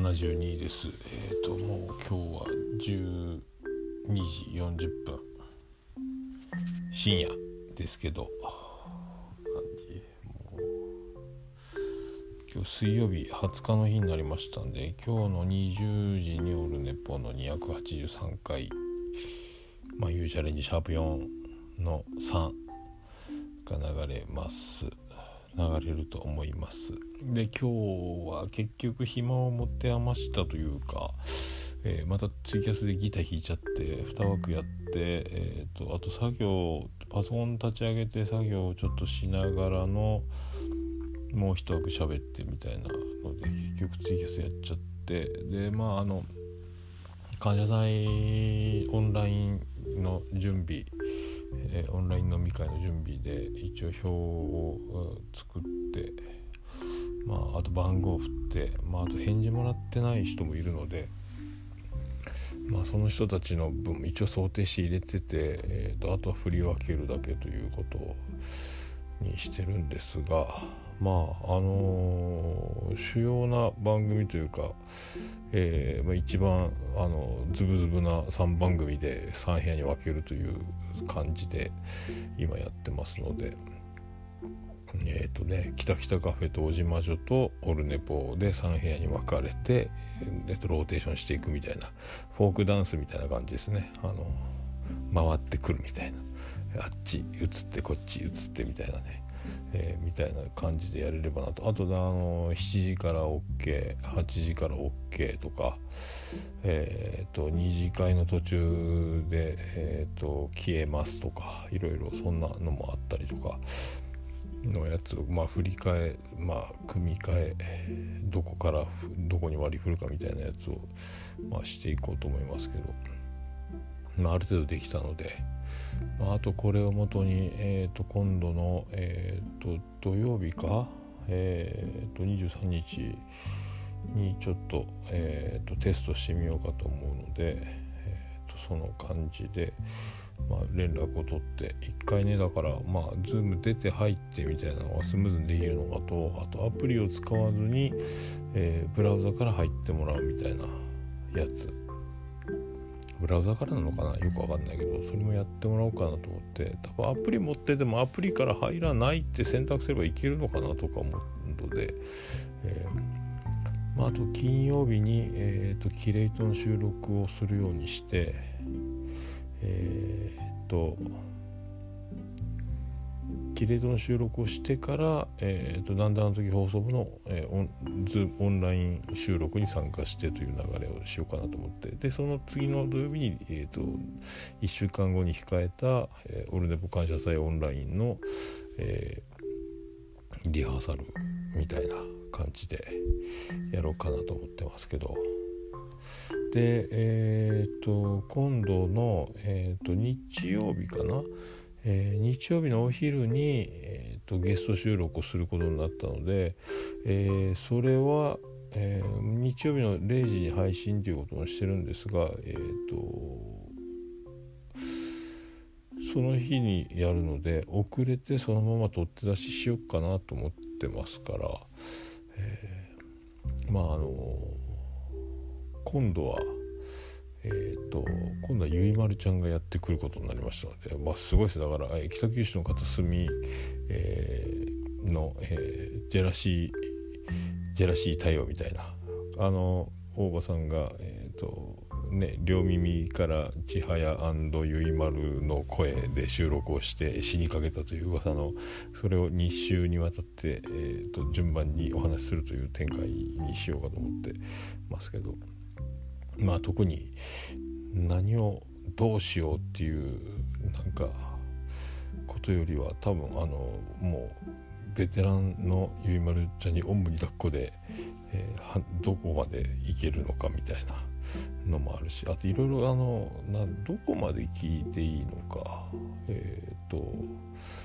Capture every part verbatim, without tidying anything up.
なじゅうにです。えっ、ー、ともう今日はじゅうにじよんじゅっぷん深夜ですけど、感じもう今日水曜日はつかの日になりましたんで、今日のにじゅうじにオルネポのにひゃくはちじゅうさんかい、まあ、ユーチャレンジシャープよんのさんが流れます流れると思います。で、今日は結局暇を持て余したというか、えー、またツイキャスでギター弾いちゃってに枠やって、えー、とあと作業パソコン立ち上げて作業をちょっとしながらのもう一枠喋ってみたいなので、結局ツイキャスやっちゃって、でまああの感謝祭オンラインの準備、えー、オンライン飲み会の準備で一応表を作って、まあ、あと番号振って、まあ、あと返事もらってない人もいるので、まあ、その人たちの分も一応想定して入れてて、えー、とあとは振り分けるだけということにしてるんですが、まああのー、主要な番組というか、えーまあ、一番あのズブズブなさんばん組でさん部屋に分けるという感じで今やってますので、えっ、ー、とね北北カフェとおじまじょとオルネポでさん部屋に分かれて、えー、とローテーションしていくみたいなフォークダンスみたいな感じですね。あの回ってくるみたいな、あっち移ってこっち移ってみたいなね、えー、みたいな感じでやれればなと。あとあのしちじから OK、 はちじから OK とか、えー、とに次会の途中で、えー、と消えますとか、いろいろそんなのもあったりとかのやつを、まあ、振り替え、まあ、組み替え、どこからどこに割り振るかみたいなやつを、まあ、していこうと思いますけど、まあ、ある程度できたので、まあ、あとこれをもとに、えー、と今度の、えー、と土曜日か、えー、とにじゅうさんにちにちょっと、えー、とテストしてみようかと思うので、えー、とその感じで、まあ、連絡を取っていっかいね、だからまあ Zoom 出て入ってみたいなのがスムーズにできるのかと、あとアプリを使わずに、えー、ブラウザから入ってもらうみたいなやつ、ブラウザからなのかな、よくわかんないけど、それもやってもらおうかなと思って、多分アプリ持っててもアプリから入らないって選択すればいけるのかなとか思うので、えーまあ、あと金曜日に、えー、とキレイトの収録をするようにして、えー、とキレイトの収録をしてから、えー、となんだあの時放送部の、えー、オンズオンライン収録に参加してという流れをしようかなと思って、でその次の土曜日に、えー、といっしゅうかんごに控えた、えー、オルネポ感謝祭オンラインの、えー、リハーサルみたいな感じでやろうかなと思ってますけど、で、えー、と今度の、えー、と日曜日かな、えー、日曜日のお昼に、えー、とゲスト収録をすることになったので、えー、それは、えー、日曜日のれいじに配信ということをしてるんですが、えー、とその日にやるので遅れてそのまま取って出ししようかなと思ってますから、えー、まああの今度はえー、と今度はゆいまるちゃんがやってくることになりましたので、まあ、すごいです。だから、えー、北九州の片隅、えー、の、えー、ジェラシージェラシー対応みたいな、あの大場さんが、えーとね、両耳から千早&ゆいまるの声で収録をして死にかけたという噂の、それをに週にわたって、えー、と順番にお話しするという展開にしようかと思ってますけど、まあ特に何をどうしようっていうなんかことよりは、多分あのもうベテランのゆいまるちゃんにおんぶに抱っこで、えー、どこまでいけるのかみたいなのもあるし、あといろいろあのなどこまで聞いていいのか、えー、と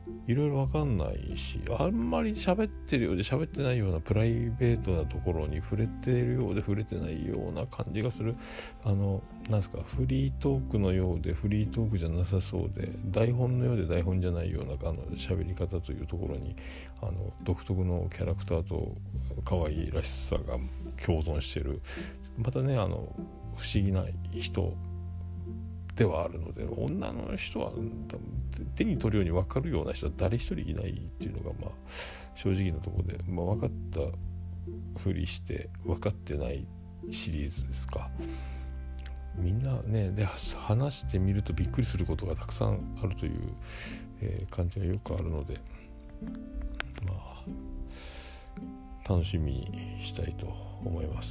いろいろ分かんないし、あんまり喋ってるようで喋ってないようなプライベートなところに触れているようで触れてないような感じがする。あのなんですか、フリートークのようでフリートークじゃなさそうで、台本のようで台本じゃないようなあの喋り方というところに、あの独特のキャラクターと可愛いらしさが共存してる、またね、あの不思議な人ではあるので、女の人は手に取るように分かるような人は誰一人いないっていうのが、まあ正直なところで、まあ、分かったふりして分かってないシリーズですか。みんなねで話してみるとびっくりすることがたくさんあるという、えー、感じがよくあるので、まあ楽しみにしたいと思います。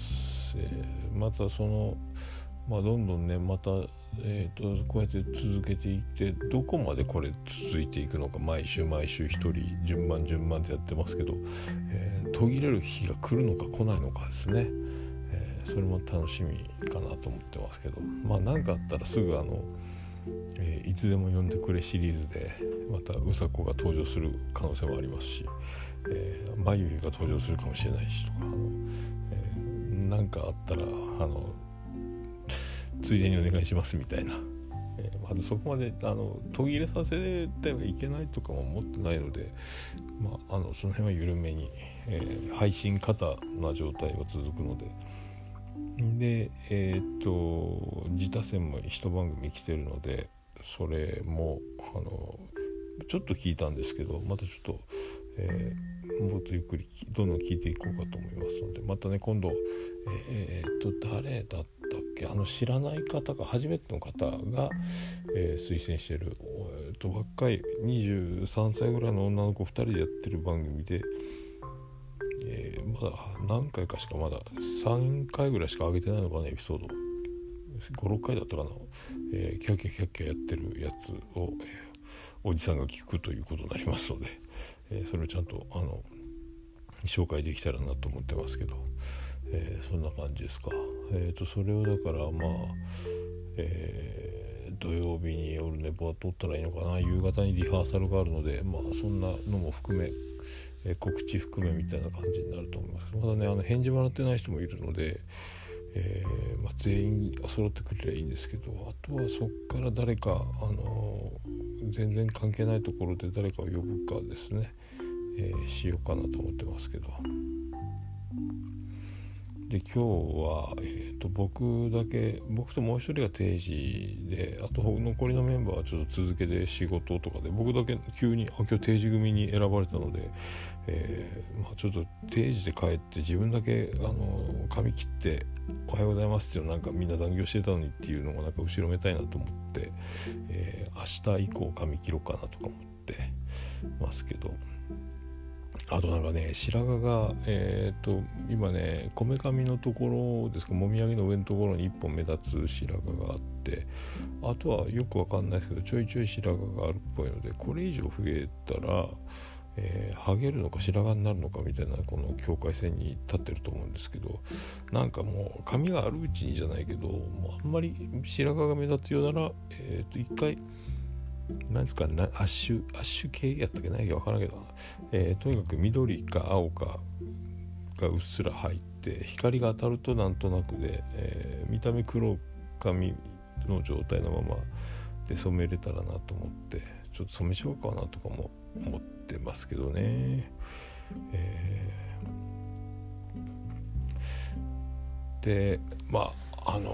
えー、またそのまあどんどんねまたえー、とこうやって続けていってどこまでこれ続いていくのか、毎週毎週一人順番順番ってやってますけど、えー、途切れる日が来るのか来ないのかですね、えー、それも楽しみかなと思ってますけど、まあ何かあったらすぐあの、えー、いつでも呼んでくれシリーズでまたうさこが登場する可能性もありますし、えー、まゆゆが登場するかもしれないしとか、あの、えー、なんかあったらあのついでにお願いしますみたいな、えー、まだそこまであの途切れさせてはいけないとかも思ってないので、まあ、あのその辺は緩めに、えー、配信過多な状態は続くので、でえー、っと自他戦も一番組来てるので、それもあのちょっと聞いたんですけど、またちょっと、えー、もっとゆっくりどんどん聞いていこうかと思いますので、またね今度えー、っと誰だったっけ、あの知らない方が初めての方が、えー、推薦している、えー、っと若いにじゅうさんさいぐらいの女の子ふたりでやってる番組で、えー、まだ何回かしかまださんかいぐらいしか上げてないのかな、エピソードごろっかいだったかな、えー、キャッキャキャッキャやってるやつを、えー、おじさんが聞くということになりますので、えー、それをちゃんとあの紹介できたらなと思ってますけど、えー、そんな感じですか。えーとそれをだからまあ、えー、土曜日に夜寝坊は撮ったらいいのかな、夕方にリハーサルがあるので、まあそんなのも含め、えー、告知含めみたいな感じになると思います。まだねあの返事もらってない人もいるので、えーまあ、全員揃ってくれればいいんですけど、あとはそっから誰か、あのー、全然関係ないところで誰かを呼ぶかですね、えー、しようかなと思ってますけど、で今日は、えー、と僕だけ僕ともう一人が定時で、あと残りのメンバーはちょっと続けて仕事とかで、僕だけ急にあ今日定時組に選ばれたので、えーまあ、ちょっと定時で帰って自分だけあの髪切っておはようございますっていうのなんかみんな残業してたのにっていうのもなんか後ろめたいなと思って、えー、明日以降髪切ろうかなとか思ってますけど、あとなんかね白髪がえっ、ー、と今ねこめかみのところですか、もみあげの上のところに一本目立つ白髪があって、あとはよくわかんないですけどちょいちょい白髪があるっぽいので、これ以上増えたら、えー、ハゲるのか白髪になるのかみたいなこの境界線に立ってると思うんですけど、なんかもう髪があるうちにじゃないけど、もうあんまり白髪が目立つようならえっ、ー、と一回なんですかな、アッシュアッシュ系やったっけないか分からんけど、えー、とにかく緑か青かがうっすら入って光が当たるとなんとなくで、えー、見た目黒髪の状態のままで染めれたらなと思って、ちょっと染めちゃおうかなとかも思ってますけどね、えー、でまああの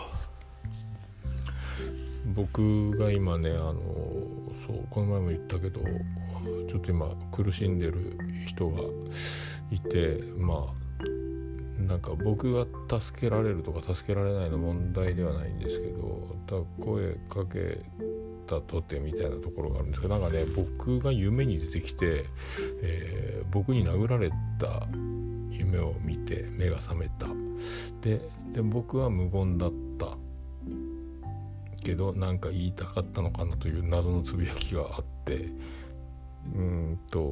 僕が今ねあのそうこの前も言ったけどちょっと今苦しんでる人がいて、まあなんか僕が助けられるとか助けられないの問題ではないんですけど、声かけたとてみたいなところがあるんですけど、なんかね僕が夢に出てきて、えー、僕に殴られた夢を見て目が覚めた。で、で僕は無言だったけどなんか言いたかったのかなという謎のつぶやきがあって、うーんと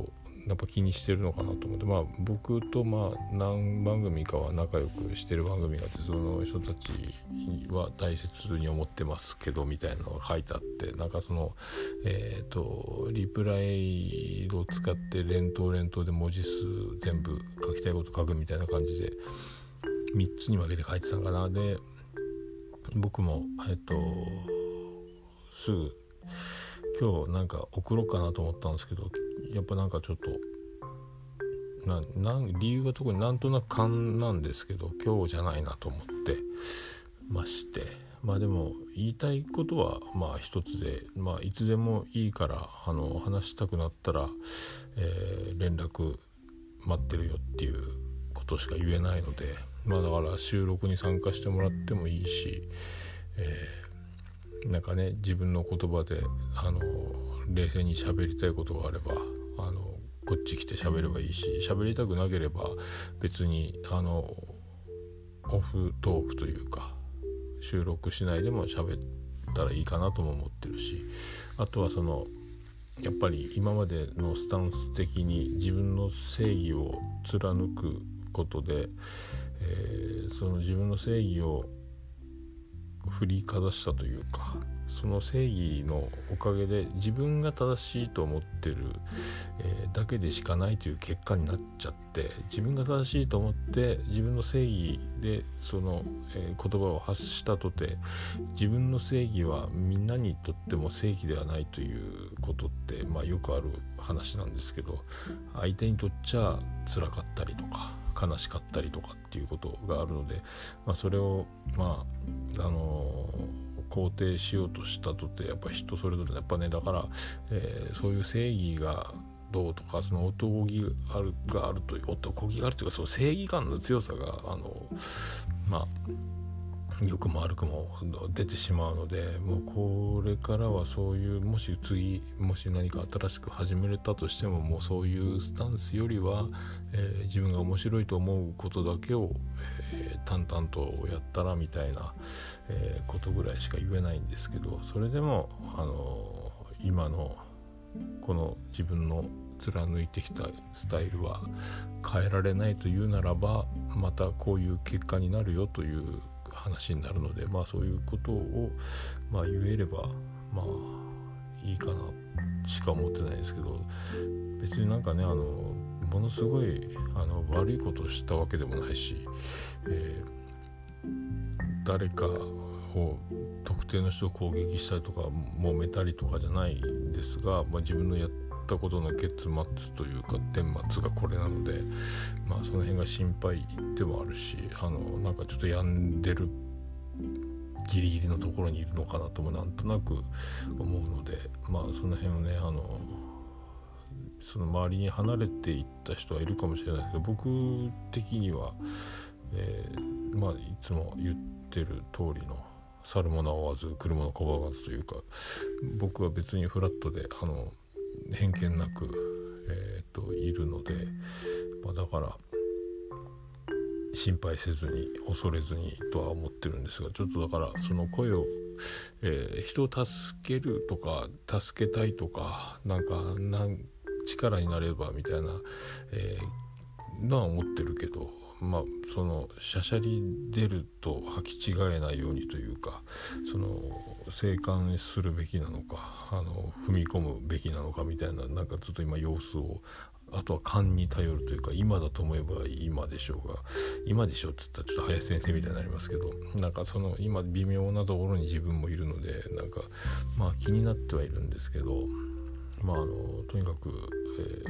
やっぱ気にしてるのかなと思って、まあ僕とまあ何番組かは仲良くしてる番組があって、その人たちは大切に思ってますけどみたいなのが書いてあって、なんかそのえっとリプライを使って連投連投で文字数全部書きたいこと書くみたいな感じでみっつに分けて書いてたのかな。で僕もえっとすぐ今日なんか送ろうかなと思ったんですけど、やっぱなんかちょっとななん理由は特になんとなく勘なんですけど、今日じゃないなと思ってまして、まあでも言いたいことはまあ一つで、まあいつでもいいからあの話したくなったら、えー、連絡待ってるよっていうことしか言えないので、まあだから収録に参加してもらってもいいし、えー、なんかね自分の言葉であの冷静に喋りたいことがあればあのこっち来て喋ればいいし、喋りたくなければ別にあのオフトークというか収録しないでも喋ったらいいかなとも思ってるし、あとはそのやっぱり今までのスタンス的に自分の正義を貫くことで、えー、その自分の正義を振りかざしたというか、その正義のおかげで自分が正しいと思ってる、えー、だけでしかないという結果になっちゃって、自分が正しいと思って自分の正義でその、えー、言葉を発したとて、自分の正義はみんなにとっても正義ではないということって、まあ、よくある話なんですけど、相手にとっちゃ辛かったりとか悲しかったりとかっていうことがあるので、まあ、それをまああのー肯定しようとしたとってやっぱ人それぞれやっぱね、だから、えー、そういう正義がどうとか、その男気があるがあるという男気があるというか、その正義感の強さがあのまあ良くも悪くも出てしまうので、もうこれからはそういう、もし次もし何か新しく始めれたとしても、もうそういうスタンスよりは、えー、自分が面白いと思うことだけを、えー、淡々とやったらみたいな、えー、ことぐらいしか言えないんですけど、それでも、あのー、今のこの自分の貫いてきたスタイルは変えられないというならば、またこういう結果になるよという話になるので、まあそういうことをまあ言えればまあいいかなしか思ってないですけど、別になんかねあのものすごいあの悪いことをしたわけでもないし、えー、誰かを特定の人を攻撃したりとか揉めたりとかじゃないんですが、まあ、自分のやったことの結末というか顛末がこれなので、まあその辺が心配でもあるし、あのなんかちょっと病んでるギリギリのところにいるのかなともなんとなく思うので、まあその辺をねあのその周りに離れていった人はいるかもしれないけど、僕的には、えー、まあいつも言ってる通りの去る者追わず来る者拒まずというか、僕は別にフラットであの偏見なく、えー、といるので、まあ、だから心配せずに恐れずにとは思ってるんですが、ちょっとだからその声を、えー、人を助けるとか助けたいとかなんかなん力になればみたいな、えー、のは思ってるけど、まあそのしゃしゃり出ると履き違えないようにというか、その静観するべきなのかあの踏み込むべきなのかみたいな、なんかちょっと今様子を、あとは勘に頼るというか、今だと思えば今でしょうが、今でしょって言ったらちょっと林先生みたいになりますけど、なんかその今微妙なところに自分もいるので、なんかまあ気になってはいるんですけど、まああのとにかく、え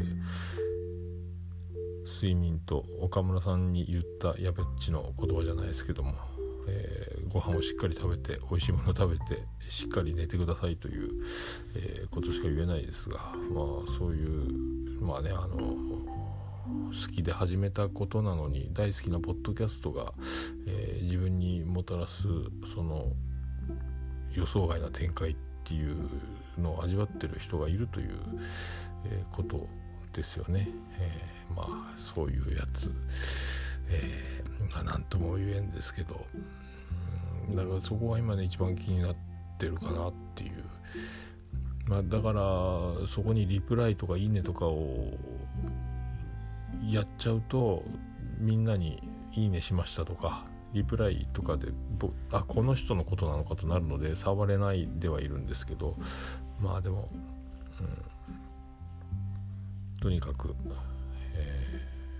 ー、睡眠と岡村さんに言ったやべっちの言葉じゃないですけども、えー、ご飯をしっかり食べて美味しいものを食べてしっかり寝てくださいという、えー、ことしか言えないですが、まあそういうまあねあの好きで始めたことなのに大好きなポッドキャストが、えー、自分にもたらすその予想外な展開っていうのを味わってる人がいるという、えー、ことですよね、えー、まあそういうやつ、えー、まあ、なんとも言えんですけど、うん、だからそこが今ね一番気になってるかなっていうまあ、だからそこにリプライとかいいねとかをやっちゃうと、みんなにいいねしましたとかリプライとかであこの人のことなのかとなるので触れないではいるんですけど、まあでも、うん、とにかく、え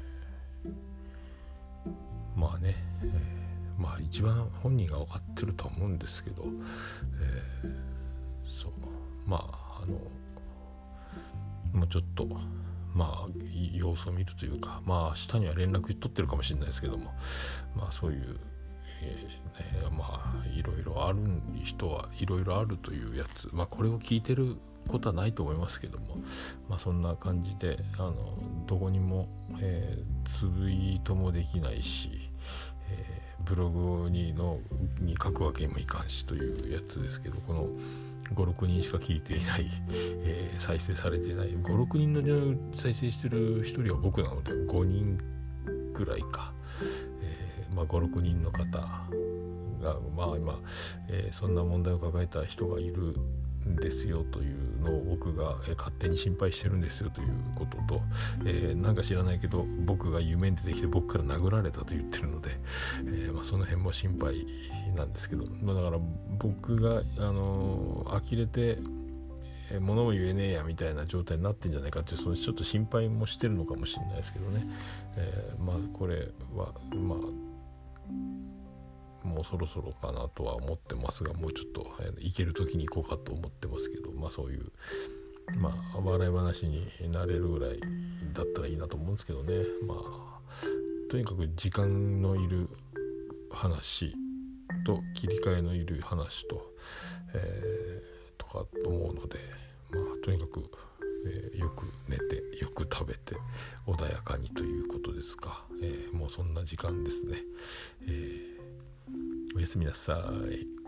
ー、まあね、えー、まあ一番本人が分かってるとは思うんですけど、えー、そうまああのもうちょっとまあ様子を見るというか、まあ明日には連絡取ってるかもしれないですけども、まあそういう、えーね、まあいろいろある人はいろいろあるというやつ、まあこれを聞いてることはないと思いますけども、まあそんな感じであのどこにも、えー、ツイートもできないし、えー、ブログにのに書くわけにもいかんしというやつですけど、このご、ろくにんしか聞いていない、えー、再生されていないご、ろくにんの再生してるひとりは僕なのでごにんくらいか、えー、まあご、ろくにんの方がまあ今、えー、そんな問題を抱えた人がいるんですよというのを僕が、えー、勝手に心配してるんですよということと、えー、なんか知らないけど僕が夢に出てきて僕から殴られたと言ってるので、えーまあ、その辺も心配なんですけど、まあ、だから僕が、あのー、呆れて、えー、物も言えねえやみたいな状態になってんじゃないかっていう、そのちょっと心配もしてるのかもしれないですけどね、えー、まあこれはまあもうそろそろかなとは思ってますが、もうちょっと行ける時に行こうかと思ってますけど、まあそういうまあ笑い話になれるぐらいだったらいいなと思うんですけどね。まあとにかく時間のいる話と切り替えのいる話と、えー、とかと思うので、まあとにかく、えー、よく寝てよく食べて穏やかにということですか、えー、もうそんな時間ですね。えーおやすみなさい。